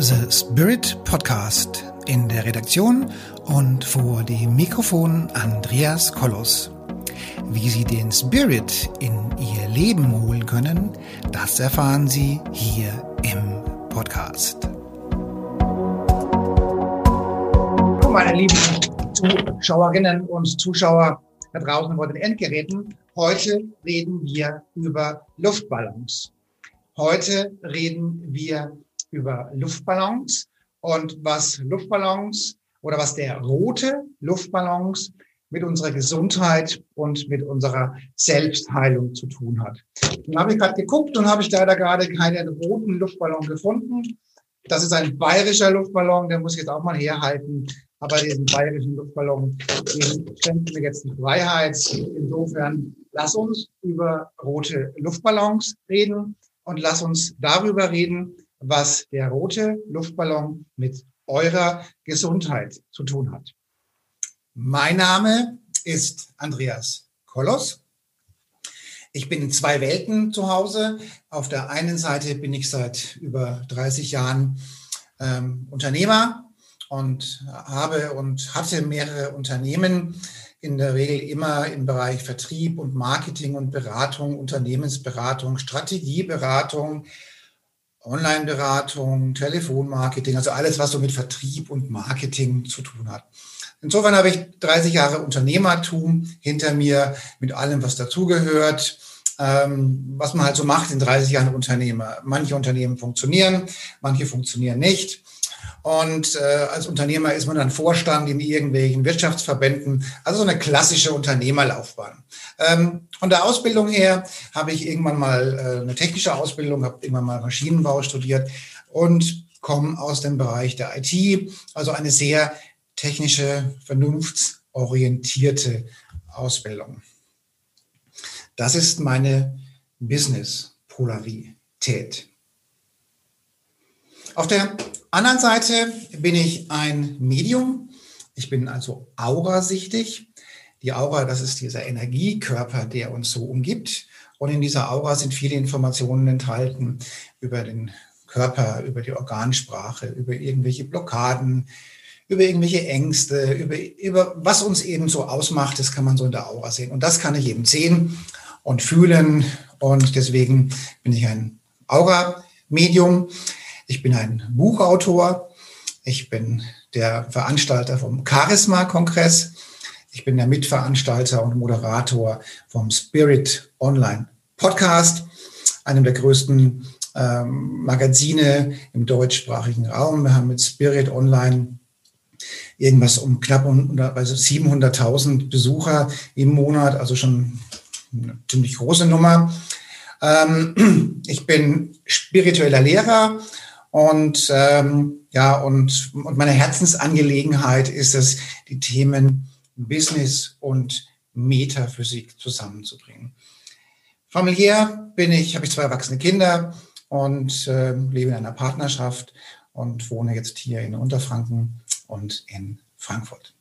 The Spirit Podcast. In der Redaktion und vor dem Mikrofon Andreas Kollos. Wie Sie den Spirit in Ihr Leben holen können, das erfahren Sie hier im Podcast. Meine lieben Zuschauerinnen und Zuschauer da draußen vor den Endgeräten, heute reden wir über Luftballons. Heute reden wir über Luftballons und was Luftballons oder was der rote Luftballons mit unserer Gesundheit und mit unserer Selbstheilung zu tun hat. Dann habe ich gerade geguckt und habe ich leider gerade keinen roten Luftballon gefunden. Das ist ein bayerischer Luftballon, der muss ich jetzt auch mal herhalten. Aber diesen bayerischen Luftballon, den schenkt mir jetzt die Freiheit. Insofern, lass uns über rote Luftballons reden und lass uns darüber reden, was der rote Luftballon mit eurer Gesundheit zu tun hat. Mein Name ist Andreas Kollos. Ich bin in zwei Welten zu Hause. Auf der einen Seite bin ich seit über 30 Jahren Unternehmer und habe und hatte mehrere Unternehmen, in der Regel immer im Bereich Vertrieb und Marketing und Beratung, Unternehmensberatung, Strategieberatung, Online-Beratung, Telefonmarketing, also alles, was so mit Vertrieb und Marketing zu tun hat. Insofern habe ich 30 Jahre Unternehmertum hinter mir mit allem, was dazugehört, was man halt so macht in 30 Jahren Unternehmer. Manche Unternehmen funktionieren, manche funktionieren nicht. Und als Unternehmer ist man dann Vorstand in irgendwelchen Wirtschaftsverbänden, also so eine klassische Unternehmerlaufbahn. Von der Ausbildung her habe ich irgendwann mal eine technische Ausbildung, habe irgendwann mal Maschinenbau studiert und komme aus dem Bereich der IT, also eine sehr technische, vernunftsorientierte Ausbildung. Das ist meine Business-Polarität. Auf der anderen Seite bin ich ein Medium. Ich bin also aurasichtig. Die Aura, das ist dieser Energiekörper, der uns so umgibt. Und in dieser Aura sind viele Informationen enthalten über den Körper, über die Organsprache, über irgendwelche Blockaden, über irgendwelche Ängste, über was uns eben so ausmacht. Das kann man so in der Aura sehen. Und das kann ich eben sehen und fühlen. Und deswegen bin ich ein Aura-Medium. Ich bin ein Buchautor, ich bin der Veranstalter vom Charisma-Kongress, ich bin der Mitveranstalter und Moderator vom Spirit Online Podcast, einem der größten Magazine im deutschsprachigen Raum. Wir haben mit Spirit Online irgendwas um knapp 700.000 Besucher im Monat, also schon eine ziemlich große Nummer. Ich bin spiritueller Lehrer. Und meine Herzensangelegenheit ist es, die Themen Business und Metaphysik zusammenzubringen. Familiär habe ich 2 erwachsene Kinder und lebe in einer Partnerschaft und wohne jetzt hier in Unterfranken und in Frankfurt.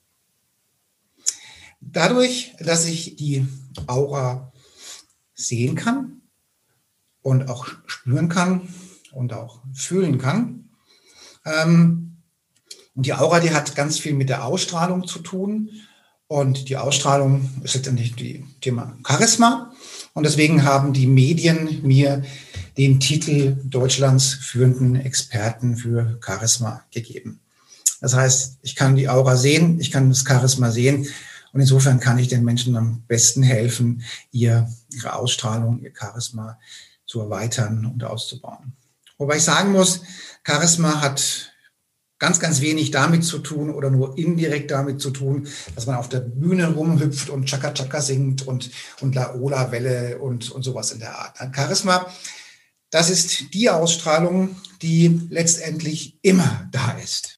Dadurch, dass ich die Aura sehen kann und auch spüren kann, und auch fühlen kann. Und die Aura, die hat ganz viel mit der Ausstrahlung zu tun. Und die Ausstrahlung ist letztendlich das Thema Charisma. Und deswegen haben die Medien mir den Titel Deutschlands führenden Experten für Charisma gegeben. Das heißt, ich kann die Aura sehen, ich kann das Charisma sehen. Und insofern kann ich den Menschen am besten helfen, ihre Ausstrahlung, ihr Charisma zu erweitern und auszubauen. Wobei ich sagen muss, Charisma hat ganz, ganz wenig damit zu tun oder nur indirekt damit zu tun, dass man auf der Bühne rumhüpft und Chaka Chaka singt und Laola-Welle und sowas in der Art. Charisma, das ist die Ausstrahlung, die letztendlich immer da ist.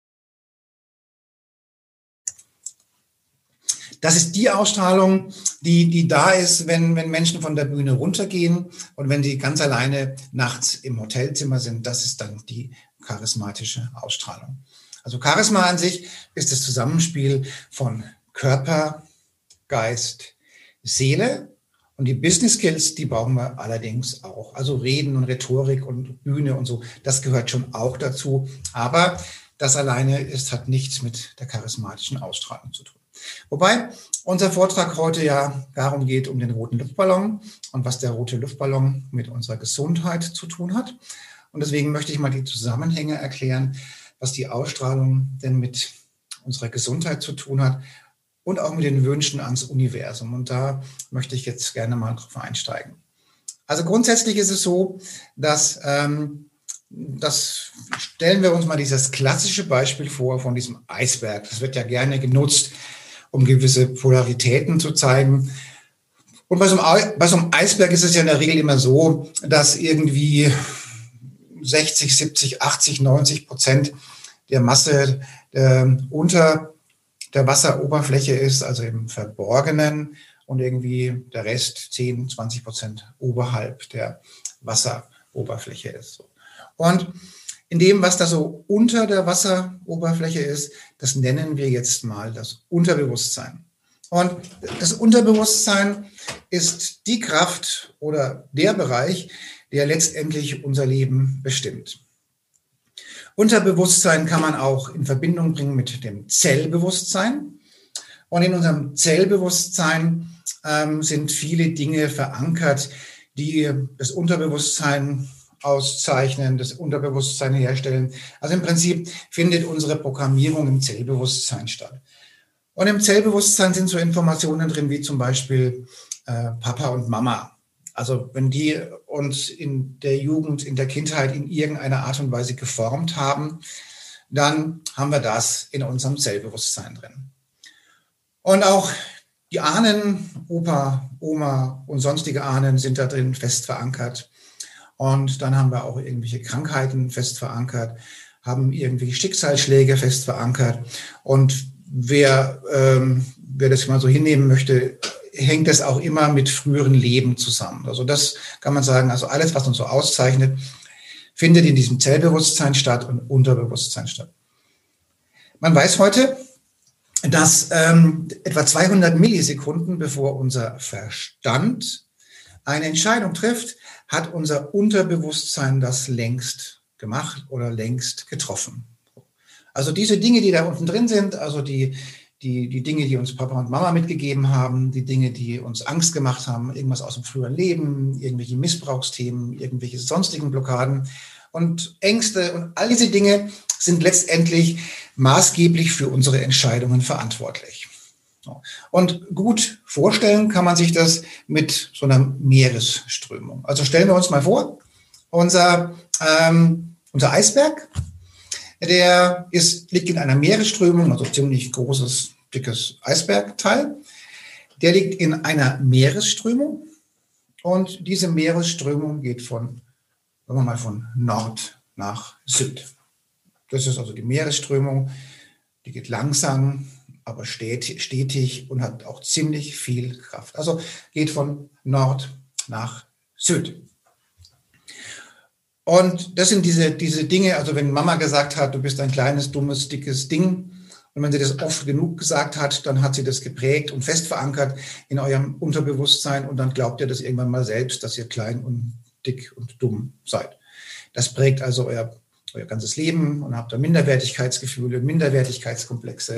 Das ist die Ausstrahlung, die da ist, wenn Menschen von der Bühne runtergehen und wenn sie ganz alleine nachts im Hotelzimmer sind. Das ist dann die charismatische Ausstrahlung. Also Charisma an sich ist das Zusammenspiel von Körper, Geist, Seele Und die Business Skills, die brauchen wir allerdings auch. Also Reden und Rhetorik und Bühne und so, das gehört schon auch dazu. Aber das alleine hat nichts mit der charismatischen Ausstrahlung zu tun. Wobei unser Vortrag heute ja darum geht, um den roten Luftballon und was der rote Luftballon mit unserer Gesundheit zu tun hat. Und deswegen möchte ich mal die Zusammenhänge erklären, was die Ausstrahlung denn mit unserer Gesundheit zu tun hat und auch mit den Wünschen ans Universum. Und da möchte ich jetzt gerne mal drauf einsteigen. Also grundsätzlich ist es so, dass das stellen wir uns mal dieses klassische Beispiel vor von diesem Eisberg. Das wird ja gerne genutzt, um gewisse Polaritäten zu zeigen. Und bei so einem Eisberg ist es ja in der Regel immer so, dass irgendwie 60, 70, 80, 90% der Masse unter der Wasseroberfläche ist, also im Verborgenen, und irgendwie der Rest 10, 20% oberhalb der Wasseroberfläche ist. Und in dem, was da so unter der Wasseroberfläche ist, das nennen wir jetzt mal das Unterbewusstsein. Und das Unterbewusstsein ist die Kraft oder der Bereich, der letztendlich unser Leben bestimmt. Unterbewusstsein kann man auch in Verbindung bringen mit dem Zellbewusstsein. Und in unserem Zellbewusstsein sind viele Dinge verankert, die das Unterbewusstsein auszeichnen, das Unterbewusstsein herstellen. Also im Prinzip findet unsere Programmierung im Zellbewusstsein statt. Und im Zellbewusstsein sind so Informationen drin wie zum Beispiel Papa und Mama. Also wenn die uns in der Jugend, in der Kindheit in irgendeiner Art und Weise geformt haben, dann haben wir das in unserem Zellbewusstsein drin. Und auch die Ahnen, Opa, Oma und sonstige Ahnen sind da drin fest verankert. Und dann haben wir auch irgendwelche Krankheiten fest verankert, haben irgendwelche Schicksalsschläge fest verankert. Und wer das mal so hinnehmen möchte, hängt das auch immer mit früheren Leben zusammen. Also das kann man sagen, also alles, was uns so auszeichnet, findet in diesem Zellbewusstsein statt und Unterbewusstsein statt. Man weiß heute, dass etwa 200 Millisekunden, bevor unser Verstand eine Entscheidung trifft, hat unser Unterbewusstsein das längst gemacht oder längst getroffen. Also diese Dinge, die da unten drin sind, also die Dinge, die uns Papa und Mama mitgegeben haben, die Dinge, die uns Angst gemacht haben, irgendwas aus dem früheren Leben, irgendwelche Missbrauchsthemen, irgendwelche sonstigen Blockaden und Ängste und all diese Dinge sind letztendlich maßgeblich für unsere Entscheidungen verantwortlich. Und gut vorstellen kann man sich das mit so einer Meeresströmung. Also stellen wir uns mal vor, unser Eisberg, der liegt in einer Meeresströmung, also ziemlich großes, dickes Eisbergteil. Der liegt in einer Meeresströmung und diese Meeresströmung geht von Nord nach Süd. Das ist also die Meeresströmung, die geht langsam, aber stetig und hat auch ziemlich viel Kraft. Also geht von Nord nach Süd. Und das sind diese Dinge, also wenn Mama gesagt hat, du bist ein kleines, dummes, dickes Ding, und wenn sie das oft genug gesagt hat, dann hat sie das geprägt und fest verankert in eurem Unterbewusstsein und dann glaubt ihr das irgendwann mal selbst, dass ihr klein und dick und dumm seid. Das prägt also euer ganzes Leben und habt da Minderwertigkeitsgefühle, Minderwertigkeitskomplexe.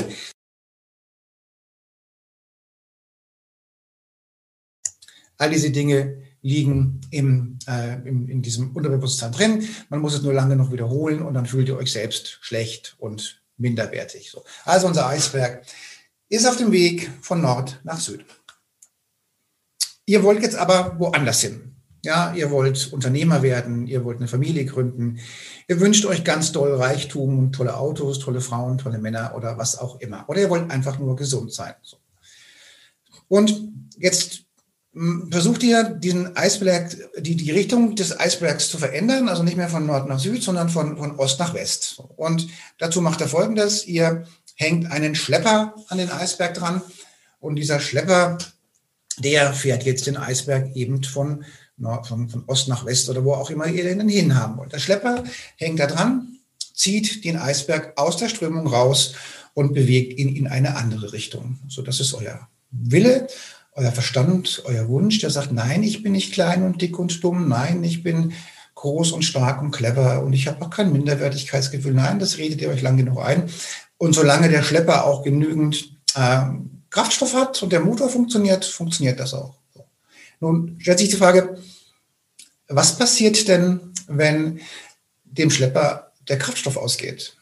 All diese Dinge liegen in diesem Unterbewusstsein drin. Man muss es nur lange noch wiederholen und dann fühlt ihr euch selbst schlecht und minderwertig. So. Also unser Eisberg ist auf dem Weg von Nord nach Süd. Ihr wollt jetzt aber woanders hin. Ja, ihr wollt Unternehmer werden, ihr wollt eine Familie gründen, ihr wünscht euch ganz doll Reichtum, tolle Autos, tolle Frauen, tolle Männer oder was auch immer. Oder ihr wollt einfach nur gesund sein. So. Und jetzt versucht ihr, diesen Eisberg, die Richtung des Eisbergs zu verändern, also nicht mehr von Nord nach Süd, sondern von Ost nach West. Und dazu macht ihr Folgendes: Ihr hängt einen Schlepper an den Eisberg dran und dieser Schlepper, der fährt jetzt den Eisberg eben von Ost nach West oder wo auch immer ihr den hin haben wollt. Der Schlepper hängt da dran, zieht den Eisberg aus der Strömung raus und bewegt ihn in eine andere Richtung. So, das ist euer Wille. euer Verstand, euer Wunsch, der sagt, nein, ich bin nicht klein und dick und dumm, nein, ich bin groß und stark und clever und ich habe auch kein Minderwertigkeitsgefühl. Nein, das redet ihr euch lang genug ein. Und solange der Schlepper auch genügend Kraftstoff hat und der Motor funktioniert, funktioniert das auch. Nun stellt sich die Frage, was passiert denn, wenn dem Schlepper der Kraftstoff ausgeht?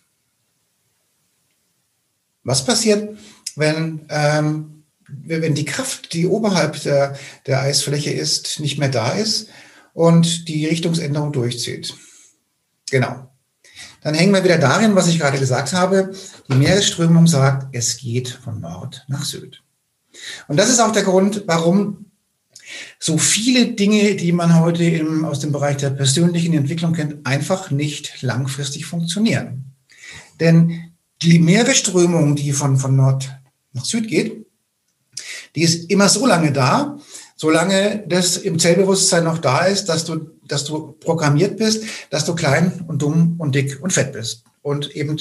Was passiert, wenn die Kraft, die oberhalb der Eisfläche ist, nicht mehr da ist und die Richtungsänderung durchzieht? Genau. Dann hängen wir wieder darin, was ich gerade gesagt habe. Die Meeresströmung sagt, es geht von Nord nach Süd. Und das ist auch der Grund, warum so viele Dinge, die man heute aus dem Bereich der persönlichen Entwicklung kennt, einfach nicht langfristig funktionieren. Denn die Meeresströmung, die von Nord nach Süd geht, die ist immer so lange da, solange das im Zellbewusstsein noch da ist, dass du programmiert bist, dass du klein und dumm und dick und fett bist. Und eben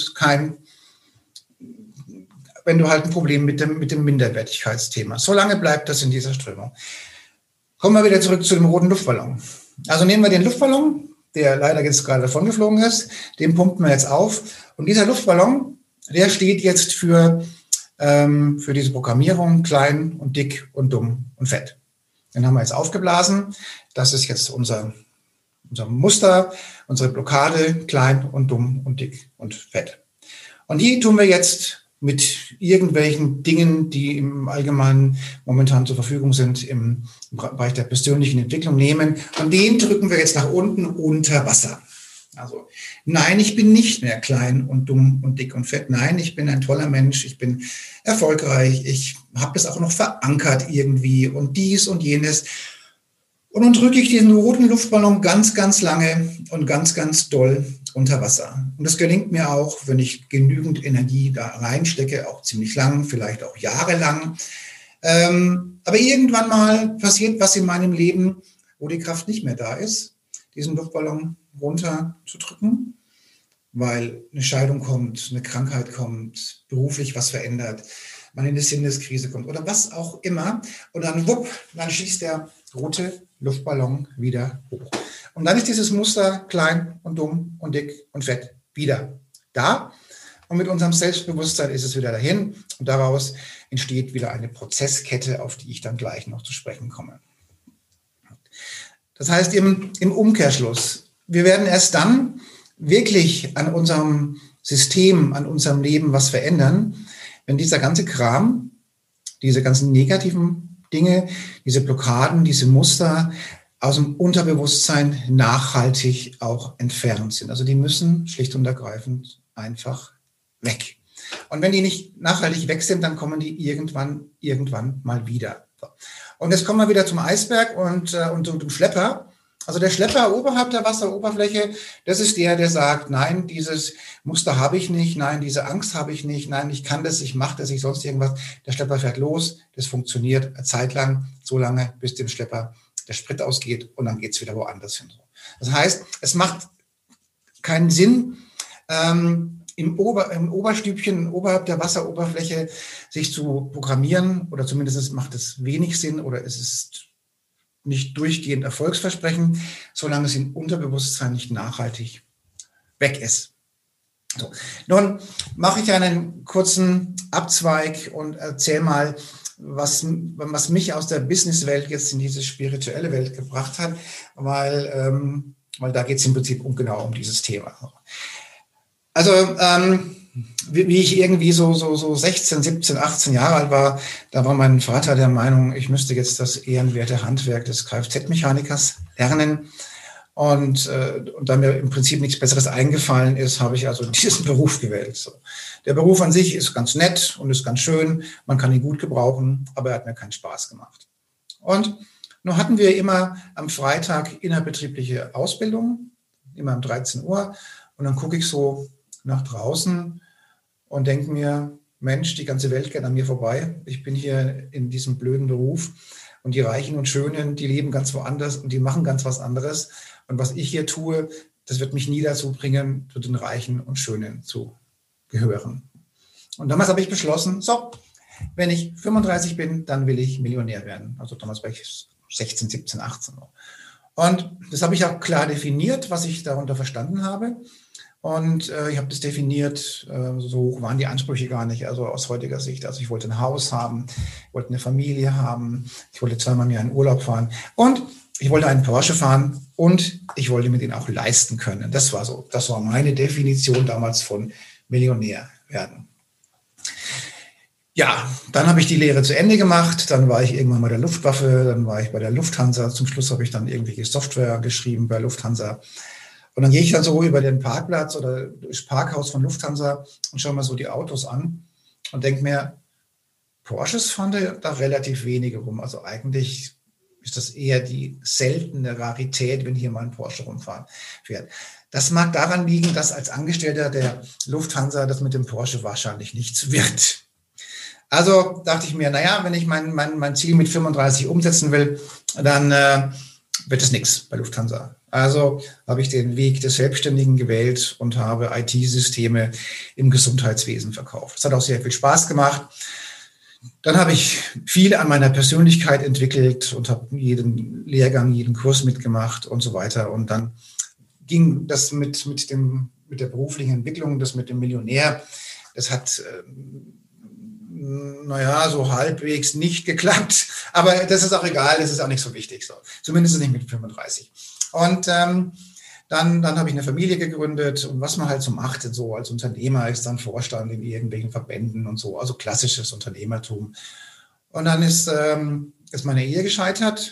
wenn du halt ein Problem mit dem Minderwertigkeitsthema. Solange bleibt das in dieser Strömung. Kommen wir wieder zurück zu dem roten Luftballon. Also nehmen wir den Luftballon, der leider jetzt gerade davon geflogen ist, den pumpen wir jetzt auf. Und dieser Luftballon, der steht jetzt für diese Programmierung klein und dick und dumm und fett. Den haben wir jetzt aufgeblasen. Das ist jetzt unser Muster, unsere Blockade, klein und dumm und dick und fett. Und die tun wir jetzt mit irgendwelchen Dingen, die im Allgemeinen momentan zur Verfügung sind, im Bereich der persönlichen Entwicklung nehmen. Und den drücken wir jetzt nach unten unter Wasser. Also, nein, ich bin nicht mehr klein und dumm und dick und fett. Nein, ich bin ein toller Mensch, ich bin erfolgreich, ich habe das auch noch verankert irgendwie und dies und jenes. Und dann drücke ich diesen roten Luftballon ganz, ganz lange und ganz, ganz doll unter Wasser. Und das gelingt mir auch, wenn ich genügend Energie da reinstecke, auch ziemlich lang, vielleicht auch jahrelang. Aber irgendwann mal passiert was in meinem Leben, wo die Kraft nicht mehr da ist, diesen Luftballon runter zu drücken, weil eine Scheidung kommt, eine Krankheit kommt, beruflich was verändert, man in eine Sinneskrise kommt oder was auch immer. Und dann wupp, dann schießt der rote Luftballon wieder hoch. Und dann ist dieses Muster klein und dumm und dick und fett wieder da. Und mit unserem Selbstbewusstsein ist es wieder dahin. Und daraus entsteht wieder eine Prozesskette, auf die ich dann gleich noch zu sprechen komme. Das heißt im Umkehrschluss, wir werden erst dann wirklich an unserem System, an unserem Leben was verändern, wenn dieser ganze Kram, diese ganzen negativen Dinge, diese Blockaden, diese Muster aus dem Unterbewusstsein nachhaltig auch entfernt sind. Also die müssen schlicht und ergreifend einfach weg. Und wenn die nicht nachhaltig weg sind, dann kommen die irgendwann mal wieder. Und jetzt kommen wir wieder zum Eisberg und zum Schlepper. Also der Schlepper oberhalb der Wasseroberfläche, das ist der sagt, nein, dieses Muster habe ich nicht, nein, diese Angst habe ich nicht, nein, ich kann das, ich mache das, ich sonst irgendwas. Der Schlepper fährt los, das funktioniert eine Zeit lang, so lange, bis dem Schlepper der Sprit ausgeht und dann geht es wieder woanders hin. Das heißt, es macht keinen Sinn, im Oberstübchen, oberhalb der Wasseroberfläche sich zu programmieren oder zumindest macht es wenig Sinn oder es ist nicht durchgehend erfolgsversprechend, solange es im Unterbewusstsein nicht nachhaltig weg ist. So. Nun mache ich einen kurzen Abzweig und erzähle mal, was mich aus der Businesswelt jetzt in diese spirituelle Welt gebracht hat, weil da geht es im Prinzip genau um dieses Thema. Also wie ich irgendwie so 16, 17, 18 Jahre alt war, da war mein Vater der Meinung, ich müsste jetzt das ehrenwerte Handwerk des Kfz-Mechanikers lernen. Und da mir im Prinzip nichts Besseres eingefallen ist, habe ich also diesen Beruf gewählt. So. Der Beruf an sich ist ganz nett und ist ganz schön, man kann ihn gut gebrauchen, aber er hat mir keinen Spaß gemacht. Und nun hatten wir immer am Freitag innerbetriebliche Ausbildung, immer um 13 Uhr. Und dann gucke ich so nach draußen und denke mir, Mensch, die ganze Welt geht an mir vorbei. Ich bin hier in diesem blöden Beruf und die Reichen und Schönen, die leben ganz woanders und die machen ganz was anderes. Und was ich hier tue, das wird mich nie dazu bringen, zu den Reichen und Schönen zu gehören. Und damals habe ich beschlossen, so, wenn ich 35 bin, dann will ich Millionär werden. Also damals war ich 16, 17, 18. Und das habe ich auch klar definiert, was ich darunter verstanden habe. Und ich habe das definiert, so hoch waren die Ansprüche gar nicht, also aus heutiger Sicht. Also ich wollte ein Haus haben, ich wollte eine Familie haben, ich wollte zweimal im Jahr in Urlaub fahren und ich wollte einen Porsche fahren und ich wollte mir den auch leisten können. Das war meine Definition damals von Millionär werden. Ja, dann habe ich die Lehre zu Ende gemacht, dann war ich irgendwann bei der Luftwaffe, dann war ich bei der Lufthansa, zum Schluss habe ich dann irgendwelche Software geschrieben bei Lufthansa. Und dann gehe ich dann so über den Parkplatz oder das Parkhaus von Lufthansa und schaue mir so die Autos an und denke mir, Porsches fahren da relativ wenige rum. Also eigentlich ist das eher die seltene Rarität, wenn hier mal ein Porsche rumfahren fährt. Das mag daran liegen, dass als Angestellter der Lufthansa das mit dem Porsche wahrscheinlich nichts wird. Also dachte ich mir, naja, wenn ich mein Ziel mit 35 umsetzen will, dann wird es nichts bei Lufthansa. Also habe ich den Weg des Selbstständigen gewählt und habe IT-Systeme im Gesundheitswesen verkauft. Das hat auch sehr viel Spaß gemacht. Dann habe ich viel an meiner Persönlichkeit entwickelt und habe jeden Lehrgang, jeden Kurs mitgemacht und so weiter. Und dann ging das mit der beruflichen Entwicklung, das mit dem Millionär, das hat so halbwegs nicht geklappt. Aber das ist auch egal, das ist auch nicht so wichtig. So. Zumindest nicht mit 35. Und dann habe ich eine Familie gegründet und was man halt so macht, so als Unternehmer ist dann Vorstand in irgendwelchen Verbänden und so, also klassisches Unternehmertum. Und dann ist meine Ehe gescheitert.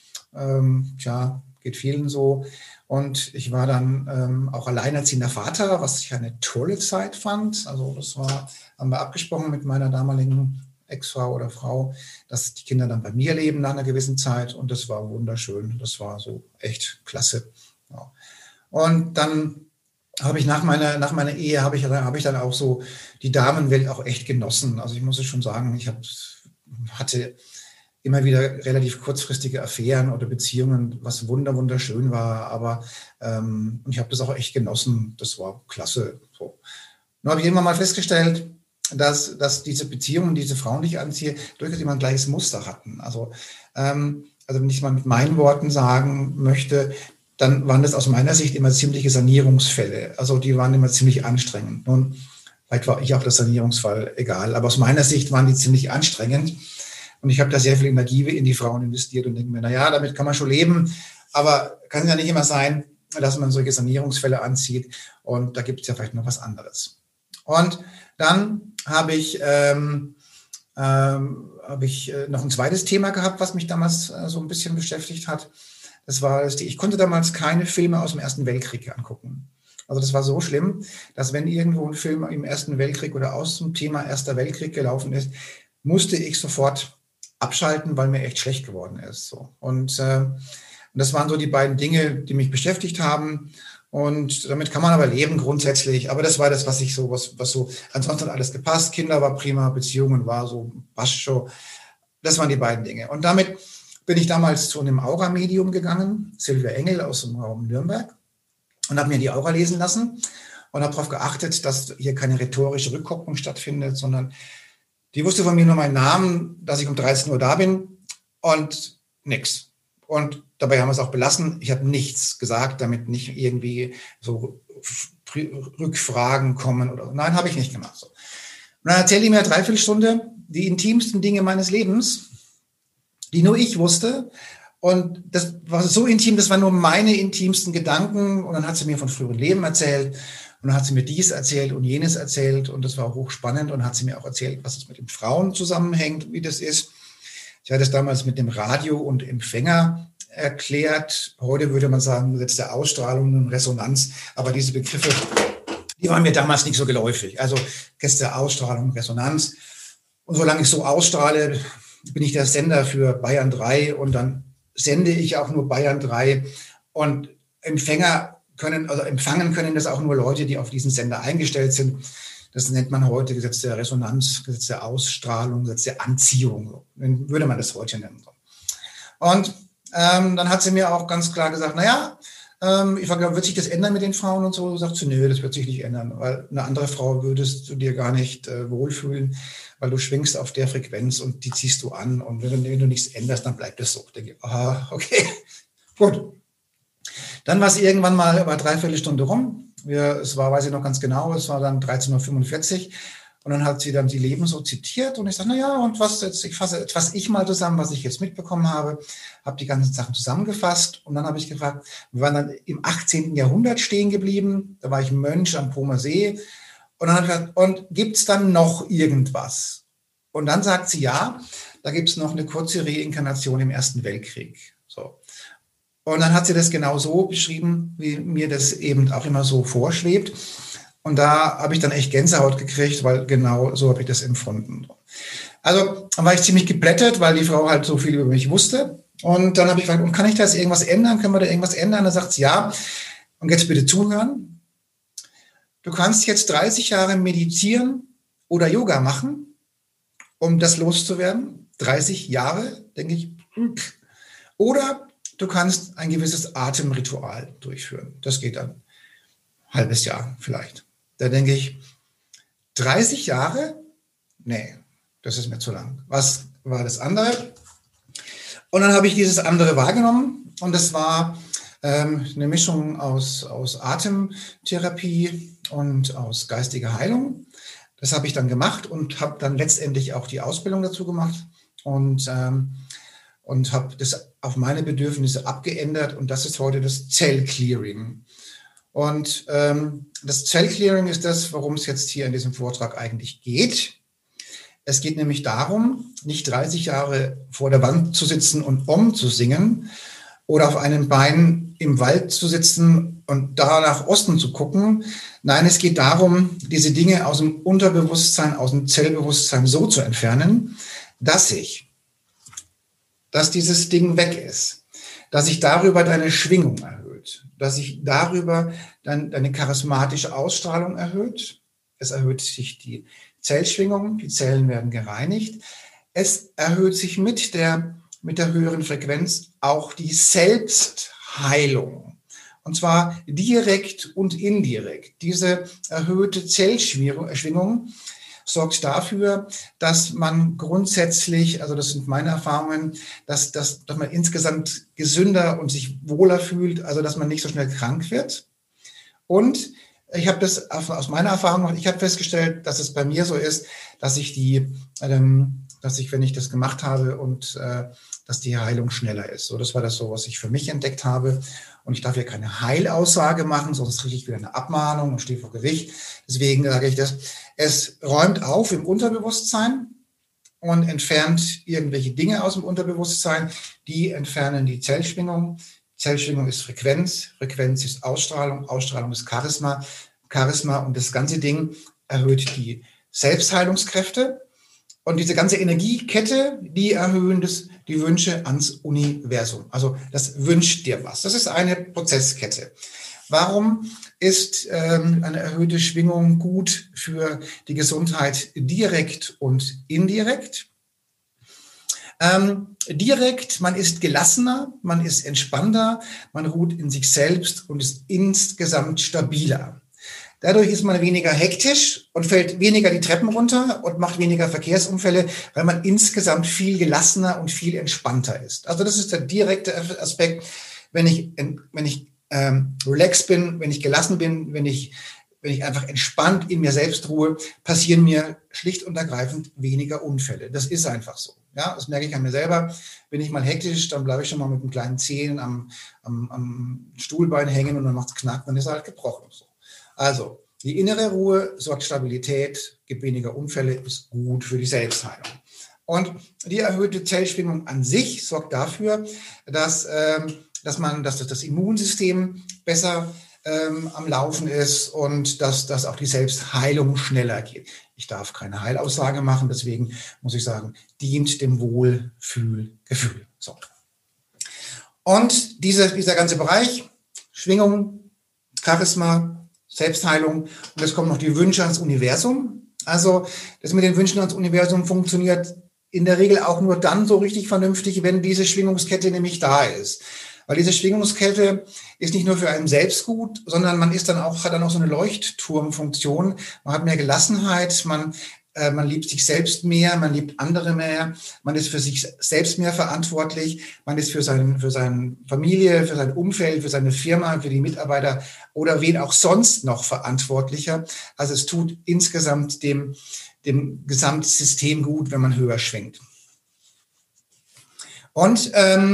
Geht vielen so. Und ich war dann auch alleinerziehender Vater, was ich eine tolle Zeit fand. Also haben wir abgesprochen mit meiner damaligen Ex-Frau oder Frau, dass die Kinder dann bei mir leben nach einer gewissen Zeit. Und das war wunderschön. Das war so echt klasse. Ja. Und dann habe ich nach meiner Ehe habe ich dann auch so die Damenwelt auch echt genossen. Also ich muss es schon sagen, ich hatte immer wieder relativ kurzfristige Affären oder Beziehungen, was wunderschön war. Aber ich habe das auch echt genossen. Das war klasse. So. Dann habe ich irgendwann mal festgestellt, dass diese Beziehungen, diese Frauen, die ich anziehe, durchaus immer ein gleiches Muster hatten. Also wenn ich mal mit meinen Worten sagen möchte, dann waren das aus meiner Sicht immer ziemliche Sanierungsfälle. Also die waren immer ziemlich anstrengend. Nun, vielleicht war ich auch der Sanierungsfall, egal. Aber aus meiner Sicht waren die ziemlich anstrengend. Und ich habe da sehr viel Energie in die Frauen investiert und denke mir, naja, damit kann man schon leben. Aber kann ja nicht immer sein, dass man solche Sanierungsfälle anzieht. Und da gibt es ja vielleicht noch was anderes. Und dann habe ich noch ein zweites Thema gehabt, was mich damals so ein bisschen beschäftigt hat. Das war, ich konnte damals keine Filme aus dem Ersten Weltkrieg angucken. Also das war so schlimm, dass wenn irgendwo ein Film im Ersten Weltkrieg oder aus dem Thema Erster Weltkrieg gelaufen ist, musste ich sofort abschalten, weil mir echt schlecht geworden ist. So. Und das waren so die beiden Dinge, die mich beschäftigt haben. Und damit kann man aber leben grundsätzlich. Aber das war das, was so, ansonsten hat alles gepasst. Kinder war prima, Beziehungen war so, passt schon. Das waren die beiden Dinge. Und damit bin ich damals zu einem Aura-Medium gegangen, Silvia Engel aus dem Raum Nürnberg, und habe mir die Aura lesen lassen und habe darauf geachtet, dass hier keine rhetorische Rückkopplung stattfindet, sondern die wusste von mir nur meinen Namen, dass ich um 13 Uhr da bin und nix. Und dabei haben wir es auch belassen. Ich habe nichts gesagt, damit nicht irgendwie so Rückfragen kommen oder nein, habe ich nicht gemacht. So. Und dann erzählte ich mir 3/4 Stunde die intimsten Dinge meines Lebens, die nur ich wusste. Und das war so intim, das waren nur meine intimsten Gedanken. Und dann hat sie mir von früheren Leben erzählt. Und dann hat sie mir dies erzählt und jenes erzählt. Und das war hochspannend. Und hat sie mir auch erzählt, was es mit den Frauen zusammenhängt, wie das ist. Ich hatte es damals mit dem Radio und Empfänger erklärt. Heute würde man sagen, Gesetz der Ausstrahlung und Resonanz. Aber diese Begriffe, die waren mir damals nicht so geläufig. Also Gesetz der Ausstrahlung, Resonanz. Und solange ich so ausstrahle, bin ich der Sender für Bayern 3 und dann sende ich auch nur Bayern 3 und empfangen können das auch nur Leute, die auf diesen Sender eingestellt sind. Das nennt man heute Gesetz der Resonanz, Gesetz der Ausstrahlung, Gesetz der Anziehung. Dann würde man das heute nennen. Und dann hat sie mir auch ganz klar gesagt, naja, Ich frage, wird sich das ändern mit den Frauen und so? Sagt sie, nö, das wird sich nicht ändern, weil eine andere Frau würdest du dir gar nicht wohlfühlen, weil du schwingst auf der Frequenz und die ziehst du an. Und wenn du nichts änderst, dann bleibt es so. Ich denke, aha, okay, gut. Dann war es irgendwann mal über 3/4 Stunde rum. Es war, weiß ich noch ganz genau, es war dann 13:45 Uhr. Und dann hat sie dann die Leben so zitiert und ich sage, na ja, und was jetzt, ich fasse ich mal zusammen, was ich jetzt mitbekommen habe, habe die ganzen Sachen zusammengefasst und dann habe ich gefragt, wir waren dann im 18. Jahrhundert stehen geblieben, da war ich Mönch am Comer See und dann habe ich gesagt, und gibt es dann noch irgendwas? Und dann sagt sie, ja, da gibt es noch eine kurze Reinkarnation im Ersten Weltkrieg. So. Und dann hat sie das genau so beschrieben, wie mir das eben auch immer so vorschwebt. Und da habe ich dann echt Gänsehaut gekriegt, weil genau so habe ich das empfunden. Also dann war ich ziemlich geplättet, weil die Frau halt so viel über mich wusste. Und dann habe ich gefragt, und kann ich das irgendwas ändern? Können wir da irgendwas ändern? Da sagt sie, ja. Und jetzt bitte zuhören. Du kannst jetzt 30 Jahre meditieren oder Yoga machen, um das loszuwerden. 30 Jahre, denke ich. Oder du kannst ein gewisses Atemritual durchführen. Das geht dann ein halbes Jahr vielleicht. Da denke ich, 30 Jahre? Nee, das ist mir zu lang. Was war das andere? Und dann habe ich dieses andere wahrgenommen und das war eine Mischung aus Atemtherapie und aus geistiger Heilung. Das habe ich dann gemacht und habe dann letztendlich auch die Ausbildung dazu gemacht und habe das auf meine Bedürfnisse abgeändert und das ist heute das Zellclearing. Und das Zellclearing ist das, worum es jetzt hier in diesem Vortrag eigentlich geht. Es geht nämlich darum, nicht 30 Jahre vor der Wand zu sitzen und Om zu singen oder auf einem Bein im Wald zu sitzen und da nach Osten zu gucken. Nein, es geht darum, diese Dinge aus dem Unterbewusstsein, aus dem Zellbewusstsein so zu entfernen, dass dieses Ding weg ist, dass sich darüber deine Schwingung erhöht, dass sich darüber deine charismatische Ausstrahlung erhöht. Es erhöht sich die Zellschwingung, die Zellen werden gereinigt. Es erhöht sich mit der höheren Frequenz auch die Selbstheilung. Und zwar direkt und indirekt. Diese erhöhte Zellschwingung sorgt dafür, dass man grundsätzlich, also das sind meine Erfahrungen, dass man insgesamt gesünder und sich wohler fühlt, also dass man nicht so schnell krank wird. Und ich habe das aus meiner Erfahrung, ich habe festgestellt, dass es bei mir so ist, dass ich, wenn ich das gemacht habe und dass die Heilung schneller ist. So, das war das so, was ich für mich entdeckt habe. Und ich darf hier keine Heilaussage machen, sonst kriege ich wieder eine Abmahnung und stehe vor Gericht. Deswegen sage ich das. Es räumt auf im Unterbewusstsein und entfernt irgendwelche Dinge aus dem Unterbewusstsein. Die entfernen die Zellschwingung. Zellschwingung ist Frequenz. Frequenz ist Ausstrahlung. Ausstrahlung ist Charisma. Charisma und das ganze Ding erhöht die Selbstheilungskräfte. Und diese ganze Energiekette, die erhöhen die Wünsche ans Universum. Also das wünscht dir was. Das ist eine Prozesskette. Warum ist eine erhöhte Schwingung gut für die Gesundheit direkt und indirekt? Direkt, man ist gelassener, man ist entspannter, man ruht in sich selbst und ist insgesamt stabiler. Dadurch ist man weniger hektisch und fällt weniger die Treppen runter und macht weniger Verkehrsunfälle, weil man insgesamt viel gelassener und viel entspannter ist. Also das ist der direkte Aspekt. Wenn ich relaxed bin, wenn ich gelassen bin, wenn ich einfach entspannt in mir selbst ruhe, passieren mir schlicht und ergreifend weniger Unfälle. Das ist einfach so. Ja, das merke ich an mir selber. Bin ich mal hektisch, dann bleibe ich schon mal mit einem kleinen Zehen am Stuhlbein hängen und dann macht es knack, dann ist er halt gebrochen. So. Also, die innere Ruhe sorgt Stabilität, gibt weniger Unfälle, ist gut für die Selbstheilung. Und die erhöhte Zellschwingung an sich sorgt dafür, dass das Immunsystem besser am Laufen ist und dass auch die Selbstheilung schneller geht. Ich darf keine Heilaussage machen, deswegen muss ich sagen, dient dem Wohlfühlgefühl. So. Und dieser ganze Bereich, Schwingung, Charisma, Selbstheilung und jetzt kommen noch die Wünsche ans Universum. Also das mit den Wünschen ans Universum funktioniert in der Regel auch nur dann so richtig vernünftig, wenn diese Schwingungskette nämlich da ist. Weil diese Schwingungskälte ist nicht nur für einen selbst gut, sondern man ist dann auch, hat dann auch so eine Leuchtturmfunktion. Man hat mehr Gelassenheit, man liebt sich selbst mehr, man liebt andere mehr, man ist für sich selbst mehr verantwortlich, man ist für seine Familie, für sein Umfeld, für seine Firma, für die Mitarbeiter oder wen auch sonst noch verantwortlicher. Also es tut insgesamt dem Gesamtsystem gut, wenn man höher schwingt. Und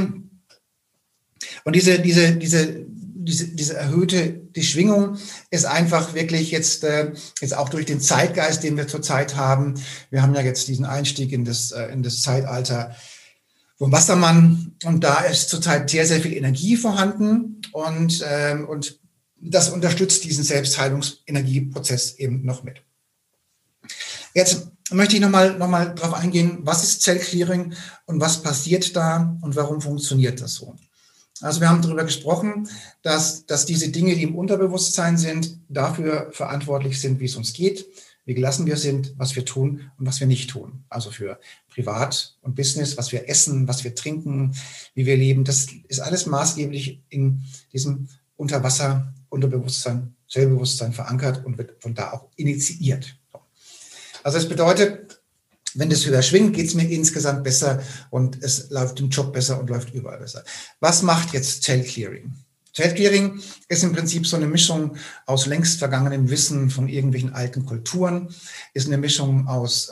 diese erhöhte, die Schwingung ist einfach wirklich jetzt auch durch den Zeitgeist, den wir zurzeit haben. Wir haben ja jetzt diesen Einstieg in das Zeitalter vom Wassermann und da ist zurzeit sehr, sehr viel Energie vorhanden und das unterstützt diesen Selbstheilungsenergieprozess eben noch mit. Jetzt möchte ich nochmal darauf eingehen, was ist Zellclearing und was passiert da und warum funktioniert das so? Also wir haben darüber gesprochen, dass diese Dinge, die im Unterbewusstsein sind, dafür verantwortlich sind, wie es uns geht, wie gelassen wir sind, was wir tun und was wir nicht tun. Also für Privat und Business, was wir essen, was wir trinken, wie wir leben. Das ist alles maßgeblich in diesem Unterwasser-Unterbewusstsein, Zellbewusstsein verankert und wird von da auch initiiert. Also das bedeutet, wenn das höher schwingt, geht es mir insgesamt besser und es läuft im Job besser und läuft überall besser. Was macht jetzt Zellclearing? Zellclearing ist im Prinzip so eine Mischung aus längst vergangenem Wissen von irgendwelchen alten Kulturen, ist eine Mischung aus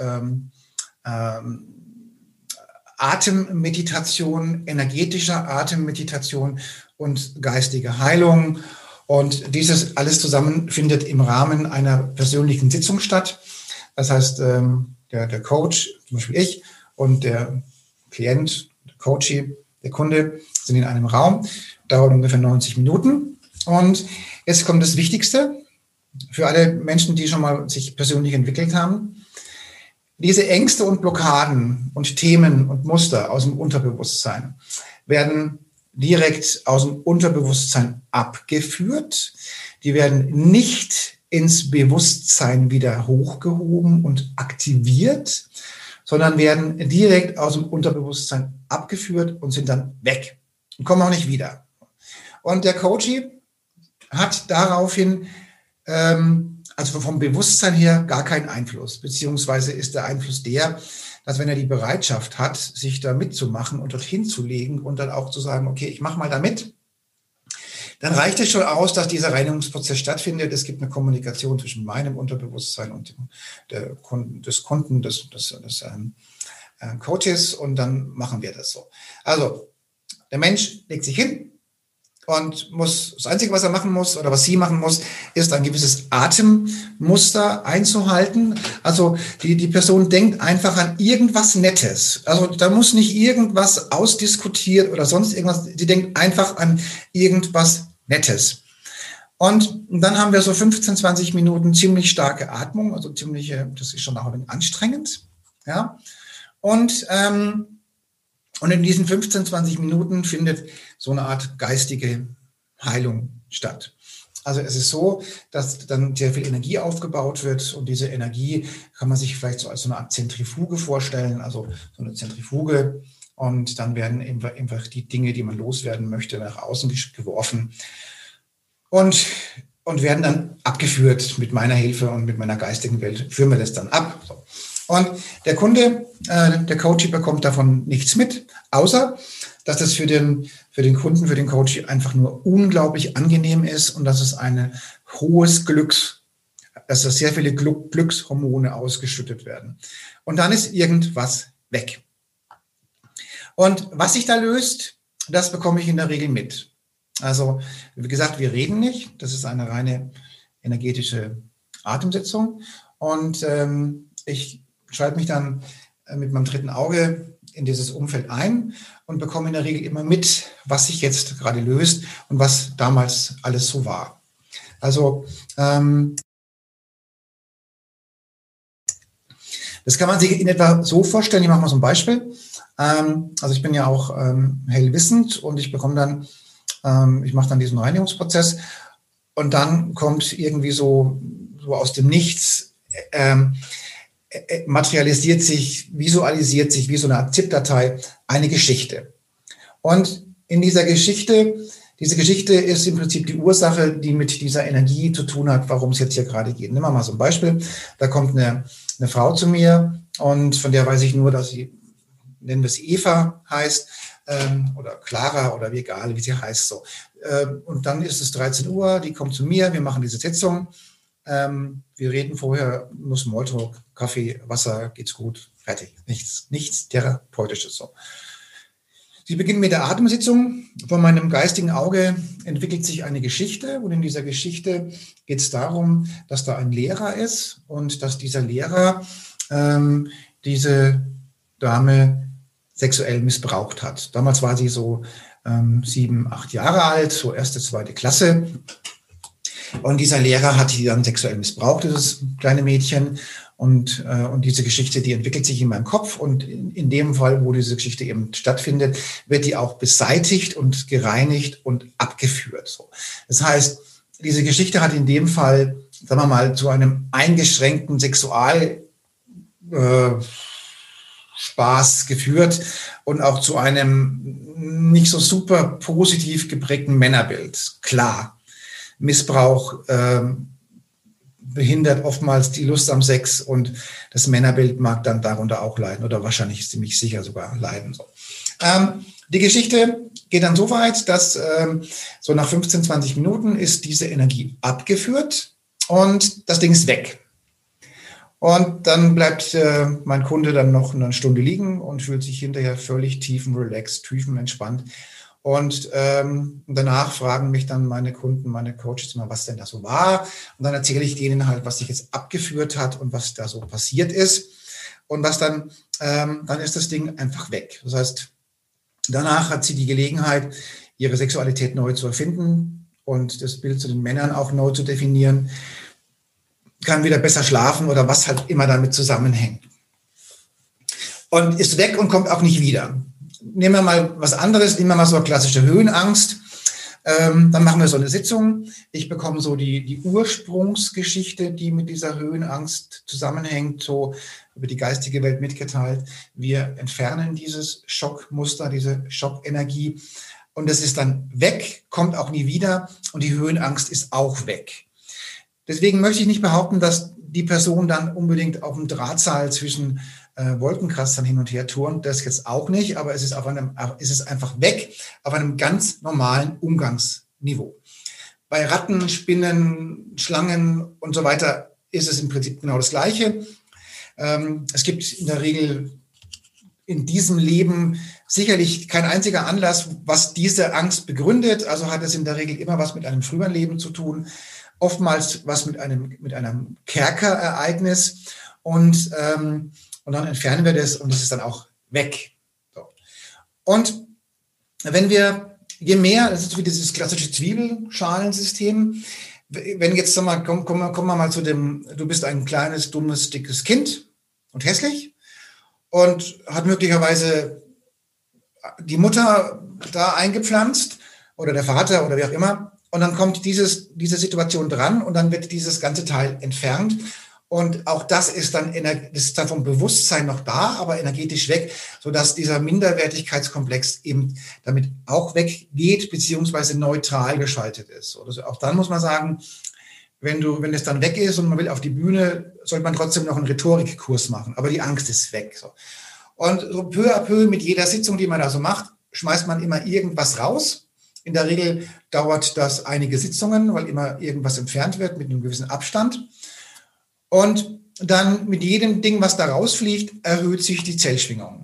Atemmeditation, energetischer Atemmeditation und geistige Heilung. Und dieses alles zusammen findet im Rahmen einer persönlichen Sitzung statt. Das heißt, der Coach, zum Beispiel ich, und der Klient, der Coachee, der Kunde sind in einem Raum, dauert ungefähr 90 Minuten. Und jetzt kommt das Wichtigste für alle Menschen, die schon mal sich persönlich entwickelt haben. Diese Ängste und Blockaden und Themen und Muster aus dem Unterbewusstsein werden direkt aus dem Unterbewusstsein abgeführt. Die werden nicht ins Bewusstsein wieder hochgehoben und aktiviert, sondern werden direkt aus dem Unterbewusstsein abgeführt und sind dann weg und kommen auch nicht wieder. Und der Coachee hat daraufhin, also vom Bewusstsein her, gar keinen Einfluss, beziehungsweise ist der Einfluss der, dass wenn er die Bereitschaft hat, sich da mitzumachen und dorthin zu legen und dann auch zu sagen, okay, ich mache mal da mit, dann reicht es schon aus, dass dieser Reinigungsprozess stattfindet. Es gibt eine Kommunikation zwischen meinem Unterbewusstsein und des Kunden, des Coaches und dann machen wir das so. Also der Mensch legt sich hin und das Einzige, was er machen muss oder was sie machen muss, ist ein gewisses Atemmuster einzuhalten. Also die Person denkt einfach an irgendwas Nettes. Also da muss nicht irgendwas ausdiskutiert oder sonst irgendwas. Sie denkt einfach an irgendwas Nettes. Und dann haben wir so 15, 20 Minuten ziemlich starke Atmung, also das ist schon auch ein wenig anstrengend. Ja. Und in diesen 15, 20 Minuten findet so eine Art geistige Heilung statt. Also es ist so, dass dann sehr viel Energie aufgebaut wird und diese Energie kann man sich vielleicht so als so eine Art Zentrifuge vorstellen, also so eine Zentrifuge. Und dann werden einfach die Dinge, die man loswerden möchte, nach außen geworfen und werden dann abgeführt mit meiner Hilfe und mit meiner geistigen Welt. Führen wir das dann ab. So. Und der Kunde, der Coach bekommt davon nichts mit, außer dass das für den Kunden, für den Coach einfach nur unglaublich angenehm ist und dass es dass sehr viele Glückshormone ausgeschüttet werden. Und dann ist irgendwas weg. Und was sich da löst, das bekomme ich in der Regel mit. Also, wie gesagt, wir reden nicht. Das ist eine reine energetische Atemsitzung. Und ich schalte mich dann mit meinem dritten Auge in dieses Umfeld ein und bekomme in der Regel immer mit, was sich jetzt gerade löst und was damals alles so war. Also, das kann man sich in etwa so vorstellen. Ich mache mal so ein Beispiel. Also ich bin ja auch hellwissend und ich bekomme dann, ich mache dann diesen Reinigungsprozess und dann kommt irgendwie so aus dem Nichts, materialisiert sich, visualisiert sich wie so eine Art ZIP-Datei eine Geschichte. Und in dieser Geschichte, diese Geschichte ist im Prinzip die Ursache, die mit dieser Energie zu tun hat, warum es jetzt hier gerade geht. Nehmen wir mal so ein Beispiel. Da kommt eine Frau zu mir und von der weiß ich nur, dass sie, nennen wir es Eva heißt, oder Clara oder wie egal, wie sie heißt. So. Und dann ist es 13 Uhr, die kommt zu mir, wir machen diese Sitzung. Wir reden vorher, nur Smalltalk, Kaffee, Wasser, geht's gut, fertig. Nichts Therapeutisches. So. Sie beginnt mit der Atemsitzung. Vor meinem geistigen Auge entwickelt sich eine Geschichte und in dieser Geschichte geht es darum, dass da ein Lehrer ist und dass dieser Lehrer diese Dame sexuell missbraucht hat. Damals war sie so 7, 8 Jahre alt, so 1., 2. Klasse. Und dieser Lehrer hat sie dann sexuell missbraucht, dieses kleine Mädchen. Und diese Geschichte, die entwickelt sich in meinem Kopf. Und in dem Fall, wo diese Geschichte eben stattfindet, wird die auch beseitigt und gereinigt und abgeführt. So. Das heißt, diese Geschichte hat in dem Fall, sagen wir mal, zu einem eingeschränkten Sexualspaß geführt und auch zu einem nicht so super positiv geprägten Männerbild. Klar, Missbrauch behindert oftmals die Lust am Sex und das Männerbild mag dann darunter auch leiden oder wahrscheinlich ziemlich sicher sogar leiden. So. Die Geschichte geht dann so weit, dass so nach 15, 20 Minuten ist diese Energie abgeführt und das Ding ist weg. Und dann bleibt mein Kunde dann noch eine Stunde liegen und fühlt sich hinterher völlig tiefenrelaxed, tiefenentspannt. Und danach fragen mich dann meine Kunden, meine Coaches immer, was denn da so war. Und dann erzähle ich denen halt, was sich jetzt abgeführt hat und was da so passiert ist. Und was dann ist das Ding einfach weg. Das heißt, danach hat sie die Gelegenheit, ihre Sexualität neu zu erfinden und das Bild zu den Männern auch neu zu definieren, kann wieder besser schlafen oder was halt immer damit zusammenhängt. Und ist weg und kommt auch nicht wieder. Nehmen wir mal was anderes, nehmen wir mal so eine klassische Höhenangst. Dann machen wir so eine Sitzung. Ich bekomme so die Ursprungsgeschichte, die mit dieser Höhenangst zusammenhängt, so über die geistige Welt mitgeteilt. Wir entfernen dieses Schockmuster, diese Schockenergie und es ist dann weg, kommt auch nie wieder und die Höhenangst ist auch weg. Deswegen möchte ich nicht behaupten, dass die Person dann unbedingt auf dem Drahtseil zwischen Wolkenkratzern hin und her turnt. Das jetzt auch nicht, aber es ist einfach weg auf einem ganz normalen Umgangsniveau. Bei Ratten, Spinnen, Schlangen und so weiter ist es im Prinzip genau das Gleiche. Es gibt in der Regel in diesem Leben sicherlich kein einziger Anlass, was diese Angst begründet. Also hat es in der Regel immer was mit einem früheren Leben zu tun. Oftmals was mit einem Kerkerereignis und dann entfernen wir das und das ist dann auch weg. So. Und wenn wir, je mehr, das ist wie dieses klassische Zwiebelschalensystem, wenn jetzt, sag mal, kommen wir mal zu dem, du bist ein kleines, dummes, dickes Kind und hässlich und hat möglicherweise die Mutter da eingepflanzt oder der Vater oder wie auch immer. Und dann kommt diese Situation dran und dann wird dieses ganze Teil entfernt. Und auch das ist dann vom Bewusstsein noch da, aber energetisch weg, sodass dieser Minderwertigkeitskomplex eben damit auch weggeht, beziehungsweise neutral geschaltet ist. Also auch dann muss man sagen, wenn es dann weg ist und man will auf die Bühne, sollte man trotzdem noch einen Rhetorikkurs machen. Aber die Angst ist weg. So. Und so peu à peu mit jeder Sitzung, die man da so macht, schmeißt man immer irgendwas raus. In der Regel dauert das einige Sitzungen, weil immer irgendwas entfernt wird mit einem gewissen Abstand. Und dann mit jedem Ding, was da rausfliegt, erhöht sich die Zellschwingung.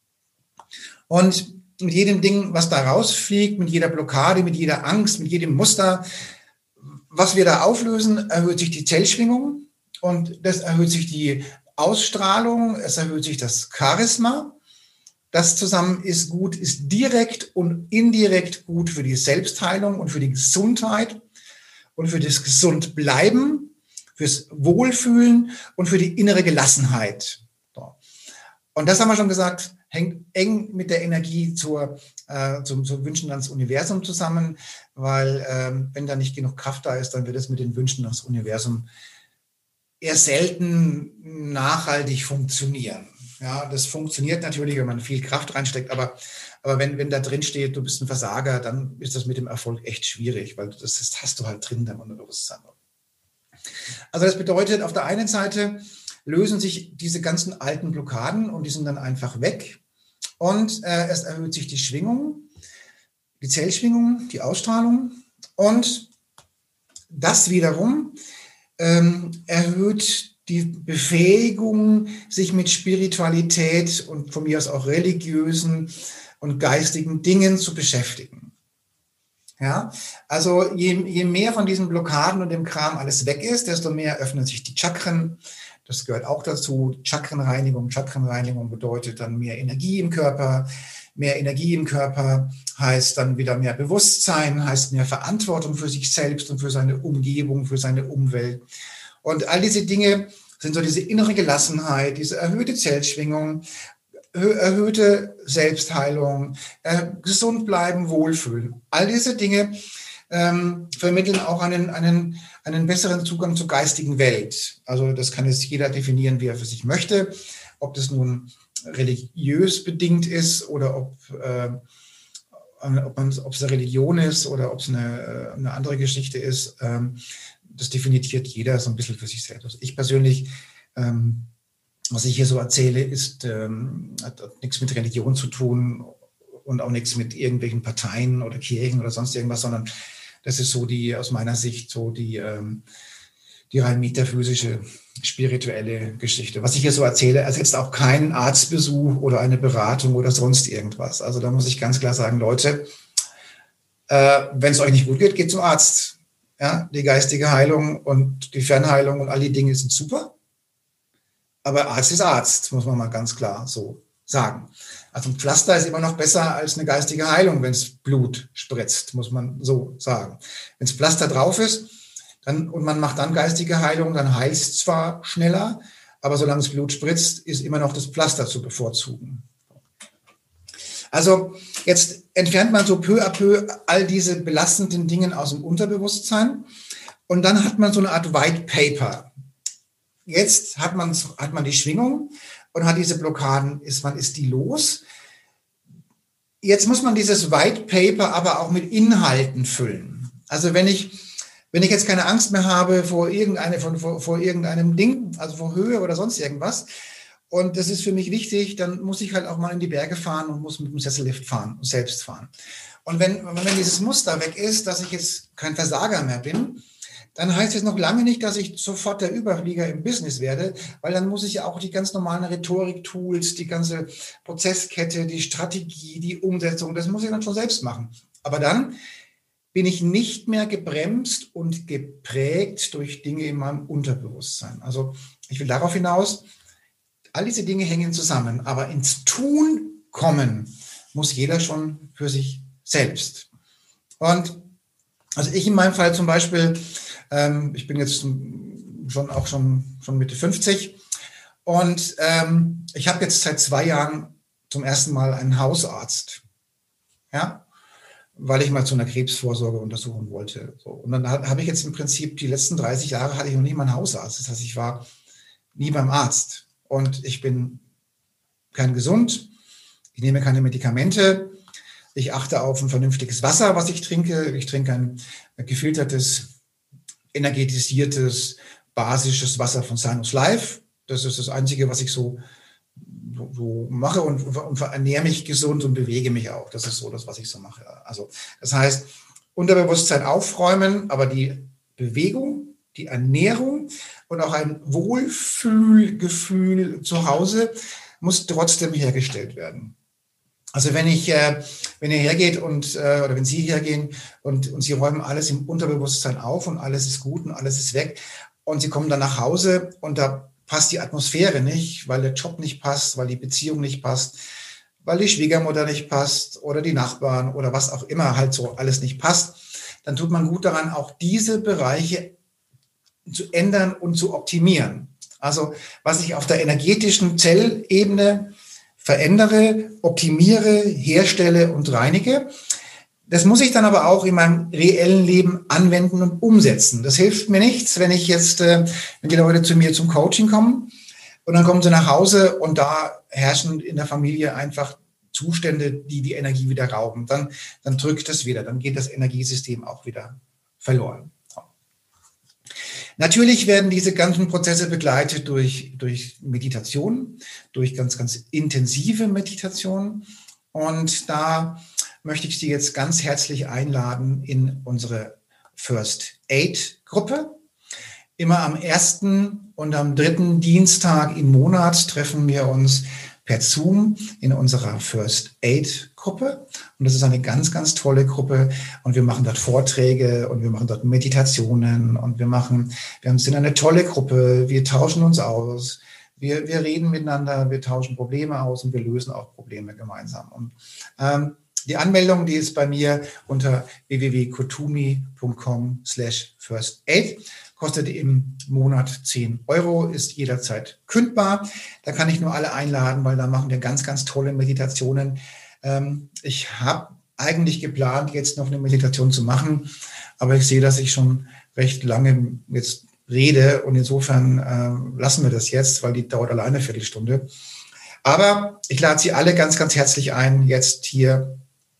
Und mit jedem Ding, was da rausfliegt, mit jeder Blockade, mit jeder Angst, mit jedem Muster, was wir da auflösen, erhöht sich die Zellschwingung und das erhöht sich die Ausstrahlung, es erhöht sich das Charisma. Das zusammen ist gut, ist direkt und indirekt gut für die Selbstheilung und für die Gesundheit und für das Gesundbleiben, fürs Wohlfühlen und für die innere Gelassenheit. So. Und das haben wir schon gesagt, hängt eng mit der Energie zum Wünschen ans Universum zusammen, weil wenn da nicht genug Kraft da ist, dann wird es mit den Wünschen ans Universum eher selten nachhaltig funktionieren. Ja, das funktioniert natürlich, wenn man viel Kraft reinsteckt, aber wenn da drin steht, du bist ein Versager, dann ist das mit dem Erfolg echt schwierig, weil das hast du halt drin, dein Unterbewusstsein. Also das bedeutet, auf der einen Seite lösen sich diese ganzen alten Blockaden und die sind dann einfach weg und es erhöht sich die Schwingung, die Zellschwingung, die Ausstrahlung und das wiederum erhöht die Befähigung, sich mit Spiritualität und von mir aus auch religiösen und geistigen Dingen zu beschäftigen. Ja, also je mehr von diesen Blockaden und dem Kram alles weg ist, desto mehr öffnen sich die Chakren. Das gehört auch dazu. Chakrenreinigung. Chakrenreinigung bedeutet dann mehr Energie im Körper. Mehr Energie im Körper heißt dann wieder mehr Bewusstsein, heißt mehr Verantwortung für sich selbst und für seine Umgebung, für seine Umwelt. Und all diese Dinge sind so diese innere Gelassenheit, diese erhöhte Zellschwingung, erhöhte Selbstheilung, gesund bleiben, wohlfühlen. All diese Dinge vermitteln auch einen besseren Zugang zur geistigen Welt. Also das kann jetzt jeder definieren, wie er für sich möchte, ob das nun religiös bedingt ist oder ob es eine Religion ist oder ob es eine andere Geschichte ist. Das definiert jeder so ein bisschen für sich selbst. Also ich persönlich, was ich hier so erzähle, hat nichts mit Religion zu tun und auch nichts mit irgendwelchen Parteien oder Kirchen oder sonst irgendwas, sondern das ist so aus meiner Sicht so die rein metaphysische, spirituelle Geschichte. Was ich hier so erzähle, ersetzt auch keinen Arztbesuch oder eine Beratung oder sonst irgendwas. Also da muss ich ganz klar sagen, Leute, wenn es euch nicht gut geht, geht zum Arzt. Ja, die geistige Heilung und die Fernheilung und all die Dinge sind super. Aber Arzt ist Arzt, muss man mal ganz klar so sagen. Also ein Pflaster ist immer noch besser als eine geistige Heilung, wenn es Blut spritzt, muss man so sagen. Wenn das Pflaster drauf ist und man macht dann geistige Heilung, dann heilt es zwar schneller, aber solange es Blut spritzt, ist immer noch das Pflaster zu bevorzugen. Also jetzt entfernt man so peu à peu all diese belastenden Dinge aus dem Unterbewusstsein und dann hat man so eine Art White Paper. Jetzt hat man die Schwingung und hat diese Blockaden, ist die los. Jetzt muss man dieses White Paper aber auch mit Inhalten füllen. Also wenn ich jetzt keine Angst mehr habe vor irgendeinem Ding, also vor Höhe oder sonst irgendwas, und das ist für mich wichtig, dann muss ich halt auch mal in die Berge fahren und muss mit dem Sessellift fahren und selbst fahren. Und wenn dieses Muster weg ist, dass ich jetzt kein Versager mehr bin, dann heißt es noch lange nicht, dass ich sofort der Überflieger im Business werde, weil dann muss ich ja auch die ganz normalen Rhetorik-Tools, die ganze Prozesskette, die Strategie, die Umsetzung, das muss ich dann schon selbst machen. Aber dann bin ich nicht mehr gebremst und geprägt durch Dinge in meinem Unterbewusstsein. Also ich will darauf hinaus, all diese Dinge hängen zusammen, aber ins Tun kommen muss jeder schon für sich selbst. Und also ich in meinem Fall zum Beispiel, ich bin jetzt schon Mitte 50 und ich habe jetzt seit 2 Jahren zum ersten Mal einen Hausarzt, ja, weil ich mal zu einer Krebsvorsorge untersuchen wollte. So. Und dann habe ich jetzt im Prinzip die letzten 30 Jahre hatte ich noch nie mal einen Hausarzt. Das heißt, ich war nie beim Arzt. Und ich bin kerngesund, ich nehme keine Medikamente, ich achte auf ein vernünftiges Wasser, was ich trinke. Ich trinke ein gefiltertes, energetisiertes, basisches Wasser von Sinus Life. Das ist das Einzige, was ich so mache und ernähre mich gesund und bewege mich auch. Das ist so das, was ich so mache. Also das heißt, Unterbewusstsein aufräumen, aber die Bewegung, die Ernährung und auch ein Wohlfühlgefühl zu Hause muss trotzdem hergestellt werden. Also wenn ihr hergeht oder wenn Sie hergehen und Sie räumen alles im Unterbewusstsein auf und alles ist gut und alles ist weg und Sie kommen dann nach Hause und da passt die Atmosphäre nicht, weil der Job nicht passt, weil die Beziehung nicht passt, weil die Schwiegermutter nicht passt oder die Nachbarn oder was auch immer halt so alles nicht passt, dann tut man gut daran, auch diese Bereiche zu ändern und zu optimieren. Also was ich auf der energetischen Zellebene verändere, optimiere, herstelle und reinige, das muss ich dann aber auch in meinem reellen Leben anwenden und umsetzen. Das hilft mir nichts, wenn die Leute zu mir zum Coaching kommen und dann kommen sie nach Hause und da herrschen in der Familie einfach Zustände, die die Energie wieder rauben. Dann drückt es wieder, dann geht das Energiesystem auch wieder verloren. Natürlich werden diese ganzen Prozesse begleitet durch Meditation, durch ganz, ganz intensive Meditation. Und da möchte ich Sie jetzt ganz herzlich einladen in unsere First Aid Gruppe. Immer am 1. und am 3. Dienstag im Monat treffen wir uns per Zoom in unserer First Aid Gruppe. Und das ist eine ganz, ganz tolle Gruppe. Und wir machen dort Vorträge und wir machen dort Meditationen und wir sind eine tolle Gruppe. Wir tauschen uns aus. Wir reden miteinander, wir tauschen Probleme aus und wir lösen auch Probleme gemeinsam. Und die Anmeldung, die ist bei mir unter www.kotumi.com/firstaid. Kostet im Monat 10 €, ist jederzeit kündbar. Da kann ich nur alle einladen, weil da machen wir ganz, ganz tolle Meditationen. Ich habe eigentlich geplant, jetzt noch eine Meditation zu machen, aber ich sehe, dass ich schon recht lange jetzt rede und insofern lassen wir das jetzt, weil die dauert alleine eine Viertelstunde. Aber ich lade Sie alle ganz, ganz herzlich ein, jetzt hier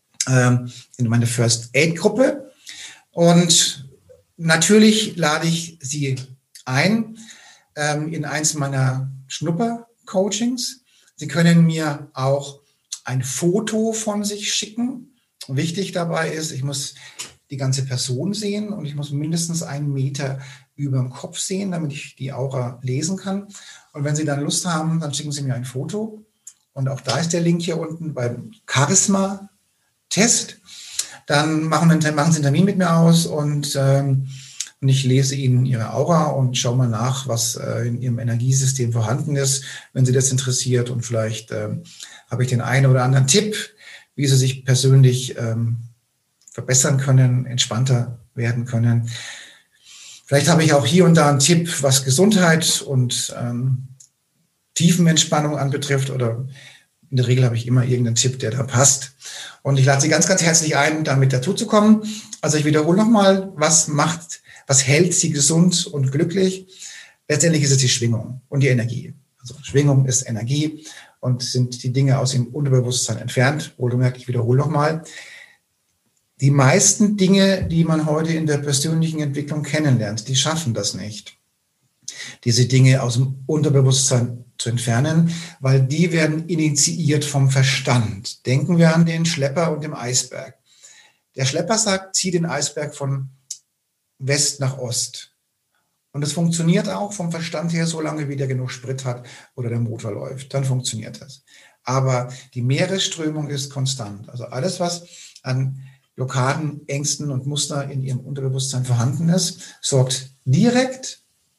in meine First Aid Gruppe. Und natürlich lade ich Sie ein in eins meiner Schnupper-Coachings. Sie können mir auch ein Foto von sich schicken. Wichtig dabei ist, ich muss die ganze Person sehen und ich muss mindestens 1 Meter über dem Kopf sehen, damit ich die Aura lesen kann. Und wenn Sie dann Lust haben, dann schicken Sie mir ein Foto. Und auch da ist der Link hier unten beim Charisma-Test. Dann machen Sie einen Termin mit mir aus und ich lese Ihnen Ihre Aura und schaue mal nach, was in Ihrem Energiesystem vorhanden ist, wenn Sie das interessiert. Und vielleicht habe ich den einen oder anderen Tipp, wie Sie sich persönlich verbessern können, entspannter werden können. Vielleicht habe ich auch hier und da einen Tipp, was Gesundheit und Tiefenentspannung anbetrifft, oder in der Regel habe ich immer irgendeinen Tipp, der da passt. Und ich lade Sie ganz, ganz herzlich ein, damit dazuzukommen. Also ich wiederhole nochmal, was hält Sie gesund und glücklich? Letztendlich ist es die Schwingung und die Energie. Also Schwingung ist Energie und sind die Dinge aus dem Unterbewusstsein entfernt. Wohlgemerkt, ich wiederhole nochmal. Die meisten Dinge, die man heute in der persönlichen Entwicklung kennenlernt, die schaffen das nicht, diese Dinge aus dem Unterbewusstsein zu entfernen, weil die werden initiiert vom Verstand. Denken wir an den Schlepper und den Eisberg. Der Schlepper sagt, zieh den Eisberg von West nach Ost. Und das funktioniert auch vom Verstand her, solange wie der genug Sprit hat oder der Motor läuft. Dann funktioniert das. Aber die Meeresströmung ist konstant. Also alles, was an Blockaden, Ängsten und Muster in Ihrem Unterbewusstsein vorhanden ist, sorgt direkt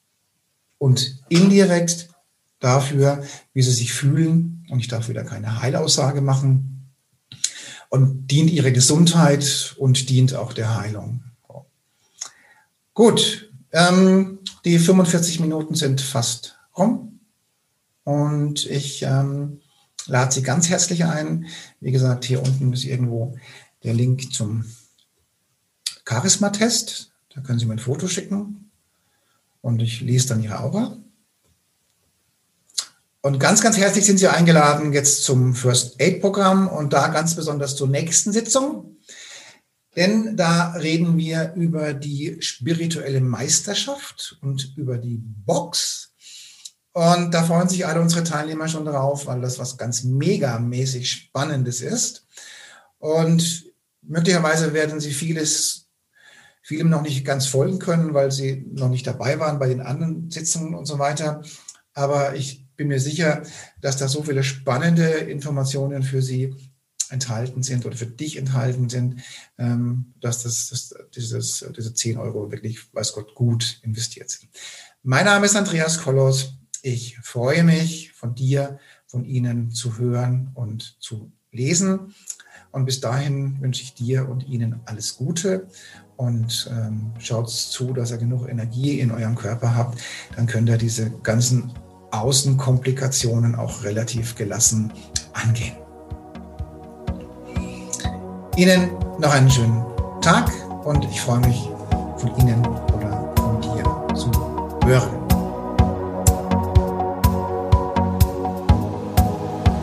und indirekt dafür, wie Sie sich fühlen. Und ich darf wieder keine Heilaussage machen. Und dient Ihrer Gesundheit und dient auch der Heilung. Gut, die 45 Minuten sind fast rum. Und ich lade Sie ganz herzlich ein. Wie gesagt, hier unten ist irgendwo der Link zum Charisma-Test. Da können Sie mir ein Foto schicken und ich lese dann Ihre Aura. Und ganz, ganz herzlich sind Sie eingeladen jetzt zum First Aid Programm und da ganz besonders zur nächsten Sitzung. Denn da reden wir über die spirituelle Meisterschaft und über die Box. Und da freuen sich alle unsere Teilnehmer schon drauf, weil das was ganz megamäßig Spannendes ist. Und möglicherweise werden Sie vielem noch nicht ganz folgen können, weil Sie noch nicht dabei waren bei den anderen Sitzungen und so weiter. Aber ich bin mir sicher, dass da so viele spannende Informationen für Sie enthalten sind oder für dich enthalten sind, dass diese 10 € wirklich, weiß Gott, gut investiert sind. Mein Name ist Andreas Kollos. Ich freue mich, von Ihnen zu hören und zu lesen. Und bis dahin wünsche ich dir und Ihnen alles Gute und schaut zu, dass ihr genug Energie in eurem Körper habt. Dann könnt ihr diese ganzen Außenkomplikationen auch relativ gelassen angehen. Ihnen noch einen schönen Tag und ich freue mich, von Ihnen oder von dir zu hören.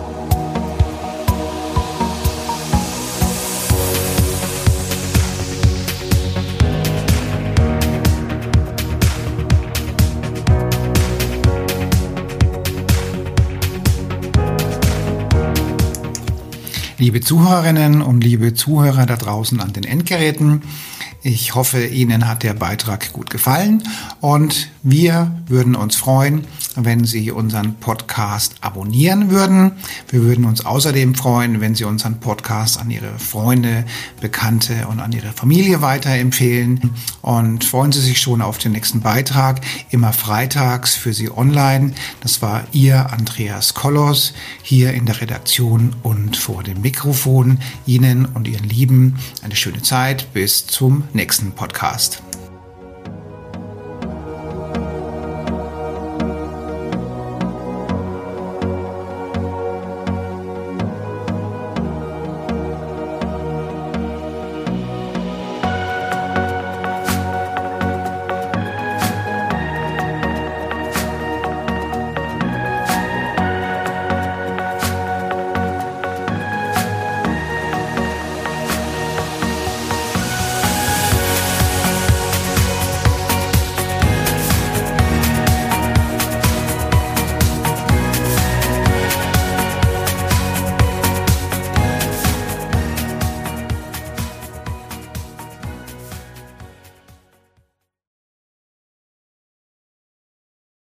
Liebe Zuhörerinnen und liebe Zuhörer da draußen an den Endgeräten, ich hoffe, Ihnen hat der Beitrag gut gefallen und wir würden uns freuen, wenn Sie unseren Podcast abonnieren würden. Wir würden uns außerdem freuen, wenn Sie unseren Podcast an Ihre Freunde, Bekannte und an Ihre Familie weiterempfehlen. Und freuen Sie sich schon auf den nächsten Beitrag, immer freitags für Sie online. Das war Ihr Andreas Kollos hier in der Redaktion und vor dem Mikrofon. Ihnen und Ihren Lieben eine schöne Zeit. Bis zum nächsten Podcast.